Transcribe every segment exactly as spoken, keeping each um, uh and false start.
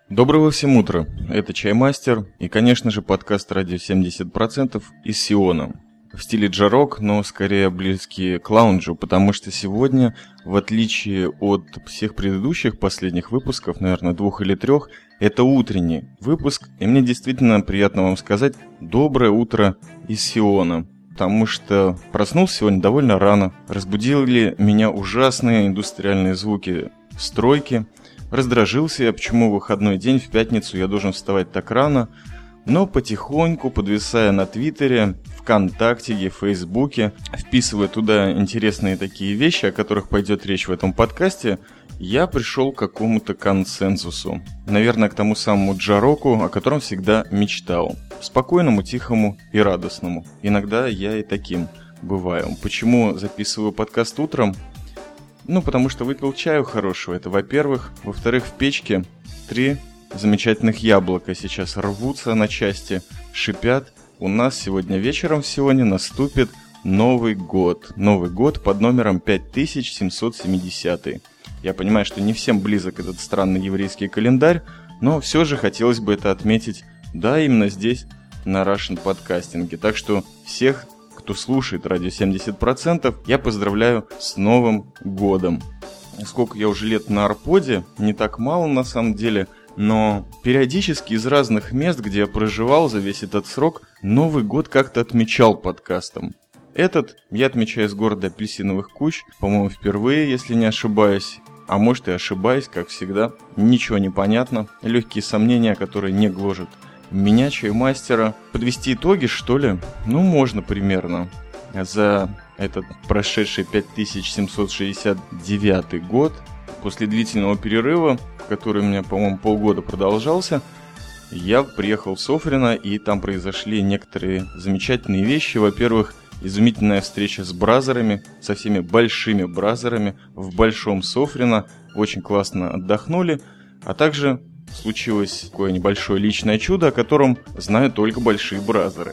Доброго всем утра, это Чаймастер и, конечно же, подкаст «Радио семьдесят процентов» из Сиона. В стиле джарок, но скорее близкие к лаунжу, потому что сегодня, в отличие от всех предыдущих последних выпусков, наверное, двух или трех, это утренний выпуск, и мне действительно приятно вам сказать «Доброе утро из Сиона». Потому что проснулся сегодня довольно рано, разбудили меня ужасные индустриальные звуки стройки. Раздражился я, почему в выходной день, в пятницу, я должен вставать так рано, но потихоньку, подвисая на Твиттере, ВКонтакте, Фейсбуке, вписывая туда интересные такие вещи, о которых пойдет речь в этом подкасте, я пришел к какому-то консенсусу. Наверное, к тому самому джароку, о котором всегда мечтал. Спокойному, тихому и радостному. Иногда я и таким бываю. Почему записываю подкаст утром? Ну, потому что выпил чаю хорошего, это во-первых. Во-вторых, в печке три замечательных яблока сейчас рвутся на части, шипят. У нас сегодня вечером в Сионе наступит Новый год. Новый год под номером пять тысяч семьсот семьдесят. Я понимаю, что не всем близок этот странный еврейский календарь, но все же хотелось бы это отметить, да, именно здесь, на Russian подкастинге. Так что всех, кто слушает «Радио семьдесят процентов», я поздравляю с Новым годом. Сколько я уже лет на Арподе, не так мало на самом деле, но периодически из разных мест, где я проживал за весь этот срок, Новый год как-то отмечал подкастом. Этот я отмечаю из города Апельсиновых Кущ, по-моему, впервые, если не ошибаюсь. А может и ошибаюсь, как всегда. Ничего не понятно. Легкие сомнения, которые не гложат меня, Чаймастера. Подвести итоги, что ли? Ну, можно примерно. За этот прошедший пять тысяч семьсот шестьдесят девятый год, после длительного перерыва, который у меня, по-моему, полгода продолжался, я приехал в Софрино, и там произошли некоторые замечательные вещи. Во-первых, изумительная встреча с бразерами, со всеми большими бразерами в Большом Софрино. Очень классно отдохнули. А также случилось такое небольшое личное чудо, о котором знают только большие бразеры.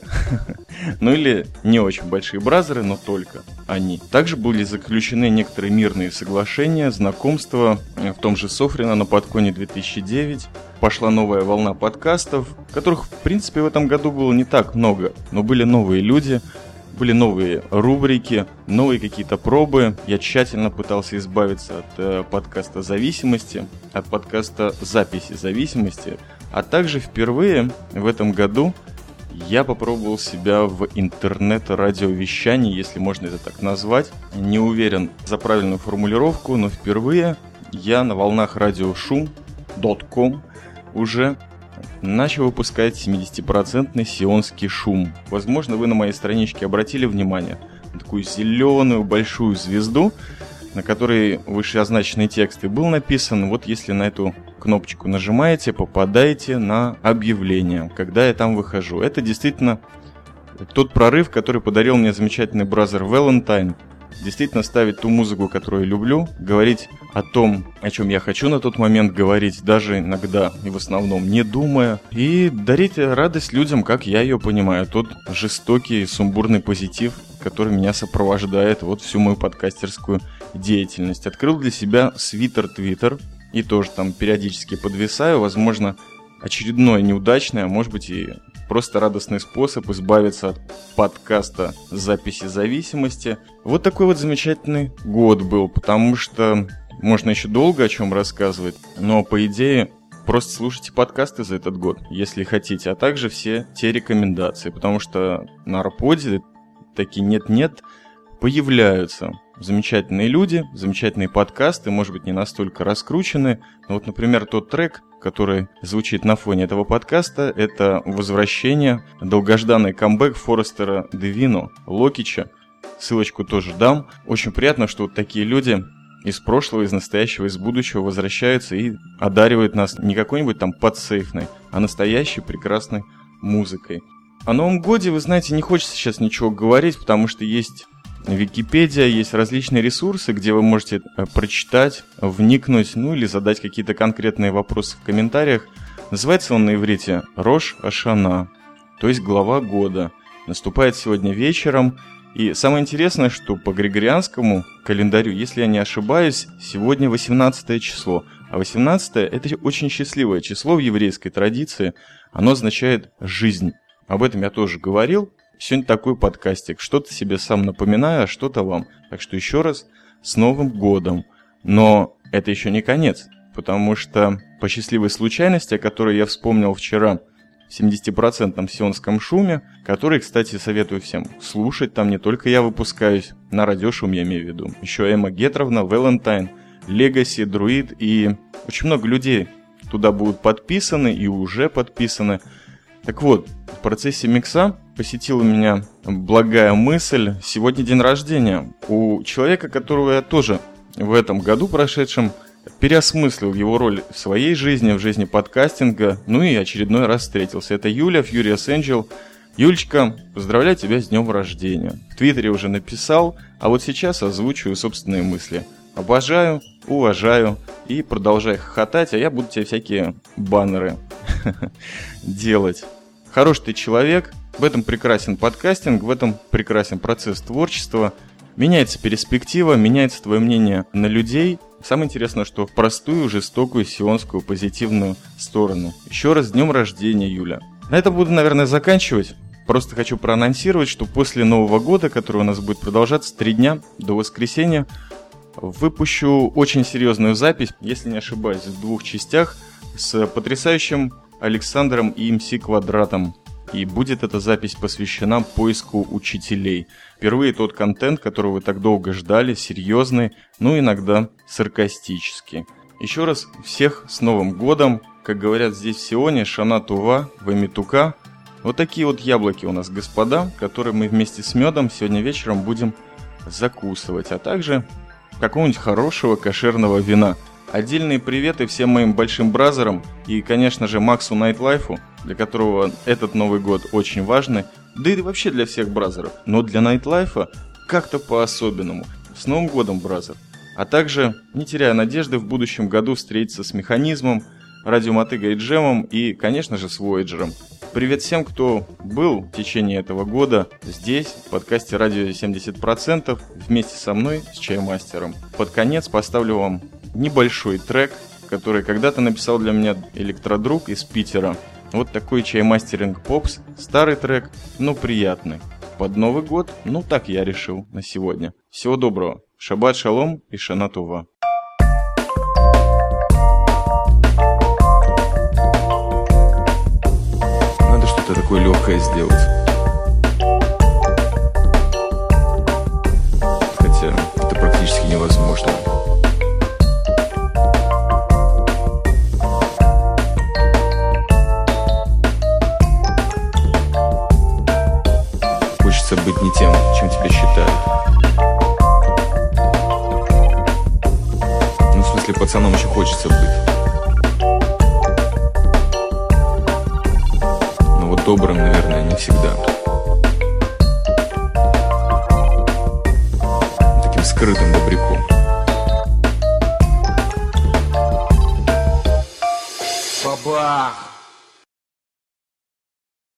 Ну или не очень большие бразеры, но только они. Также были заключены некоторые мирные соглашения, знакомства в том же Софрино на Подконе две тысячи девять. Пошла новая волна подкастов, которых в принципе в этом году было не так много, но были новые люди. Были новые рубрики, новые какие-то пробы. Я тщательно пытался избавиться от э, подкаста зависимости, от подкаста записи зависимости. А также впервые в этом году я попробовал себя в интернет-радиовещании, если можно это так назвать. Не уверен за правильную формулировку, но впервые я на волнах радиошум точка ком уже начал выпускать семидесятипроцентный сионский шум. Возможно, вы на моей страничке обратили внимание на такую зеленую большую звезду, на которой вышеозначенный текст и был написан. Вот если на эту кнопочку нажимаете, попадаете на объявление, когда я там выхожу. Это действительно тот прорыв, который подарил мне замечательный бразер Valentine. Действительно ставить ту музыку, которую я люблю, говорить о том, о чем я хочу на тот момент говорить, даже иногда и в основном не думая, и дарить радость людям, как я ее понимаю, тот жестокий, сумбурный позитив, который меня сопровождает вот всю мою подкастерскую деятельность. Открыл для себя свитер Twitter и тоже там периодически подвисаю, возможно, очередной неудачный, а может быть и просто радостный способ избавиться от подкаста записи зависимости. Вот такой вот замечательный год был, потому что можно еще долго о чем рассказывать, но по идее просто слушайте подкасты за этот год, если хотите, а также все те рекомендации, потому что на Арподе такие нет-нет появляются замечательные люди, замечательные подкасты, может быть, не настолько раскрученные. Но вот, например, тот трек, который звучит на фоне этого подкаста, это возвращение, долгожданный камбэк Форестера Девино, Локича. Ссылочку тоже дам. Очень приятно, что вот такие люди из прошлого, из настоящего, из будущего возвращаются и одаривают нас не какой-нибудь там подсейфной, а настоящей прекрасной музыкой. О Новом Годе, вы знаете, не хочется сейчас ничего говорить, потому что есть Википедия, есть различные ресурсы, где вы можете прочитать, вникнуть, ну или задать какие-то конкретные вопросы в комментариях. Называется он на иврите Рош Ашана, то есть глава года. Наступает сегодня вечером. И самое интересное, что по григорианскому календарю, если я не ошибаюсь, сегодня восемнадцатое число, А восемнадцатое – это очень счастливое число в еврейской традиции. Оно означает «жизнь». Об этом я тоже говорил. Сегодня такой подкастик. Что-то себе сам напоминаю, а что-то вам. Так что еще раз с Новым годом. Но это еще не конец. Потому что по счастливой случайности, о которой я вспомнил вчера, в семидесятипроцентном сионском шуме, который, кстати, советую всем слушать, там не только я выпускаюсь, на радиошум я имею в виду, еще Эмма Гетровна, Валентайн, Легаси, Друид и очень много людей туда будут подписаны и уже подписаны. Так вот, в процессе микса посетила меня благая мысль, сегодня день рождения у человека, которого я тоже в этом году прошедшем переосмыслил его роль в своей жизни, в жизни подкастинга, ну и очередной раз встретился. Это Юля, Furious Angel. Юлечка, поздравляю тебя с днем рождения. В Твиттере уже написал, а вот сейчас озвучиваю собственные мысли. Обожаю, уважаю и продолжай хохотать, а я буду тебе всякие баннеры делать. Хороший ты человек, в этом прекрасен подкастинг, в этом прекрасен процесс творчества. Меняется перспектива, меняется твое мнение на людей. Самое интересное, что в простую, жестокую, сионскую, позитивную сторону. Еще раз с днем рождения, Юля. На этом буду, наверное, заканчивать. Просто хочу проанонсировать, что после Нового года, который у нас будет продолжаться три дня до воскресенья, выпущу очень серьезную запись, если не ошибаюсь, в двух частях с потрясающим Александром и эм си Квадратом. И будет эта запись посвящена поиску учителей. Впервые тот контент, которого вы так долго ждали, серьезный, но иногда саркастический. Еще раз всех с Новым годом. Как говорят здесь в Сионе, Шана Това, Вамитука. Вот такие вот яблоки у нас, господа, которые мы вместе с медом сегодня вечером будем закусывать. А также какого-нибудь хорошего кошерного вина. Отдельные приветы всем моим большим бразерам и, конечно же, Максу Найтлайфу, для которого этот Новый год очень важный, да и вообще для всех бразеров, но для Найтлайфа как-то по-особенному. С Новым годом, бразер! А также, не теряя надежды, в будущем году встретиться с Механизмом, Радио Мотыга и Джемом и, конечно же, с Вояджером. Привет всем, кто был в течение этого года здесь, в подкасте Радио семьдесят процентов, вместе со мной, с Чаймастером. Под конец поставлю вам небольшой трек, который когда-то написал для меня электродруг из Питера. Вот такой Чаймастеринг Попс, старый трек, но приятный. Под Новый год, ну так я решил на сегодня. Всего доброго, шаббат шалом и шана това. Надо что-то такое легкое сделать. Хотя это практически невозможно. Хочется быть не тем, чем тебя считают. Ну, в смысле, пацаном еще хочется быть. Но вот добрым, наверное, не всегда. Таким скрытым добряком. Бабах!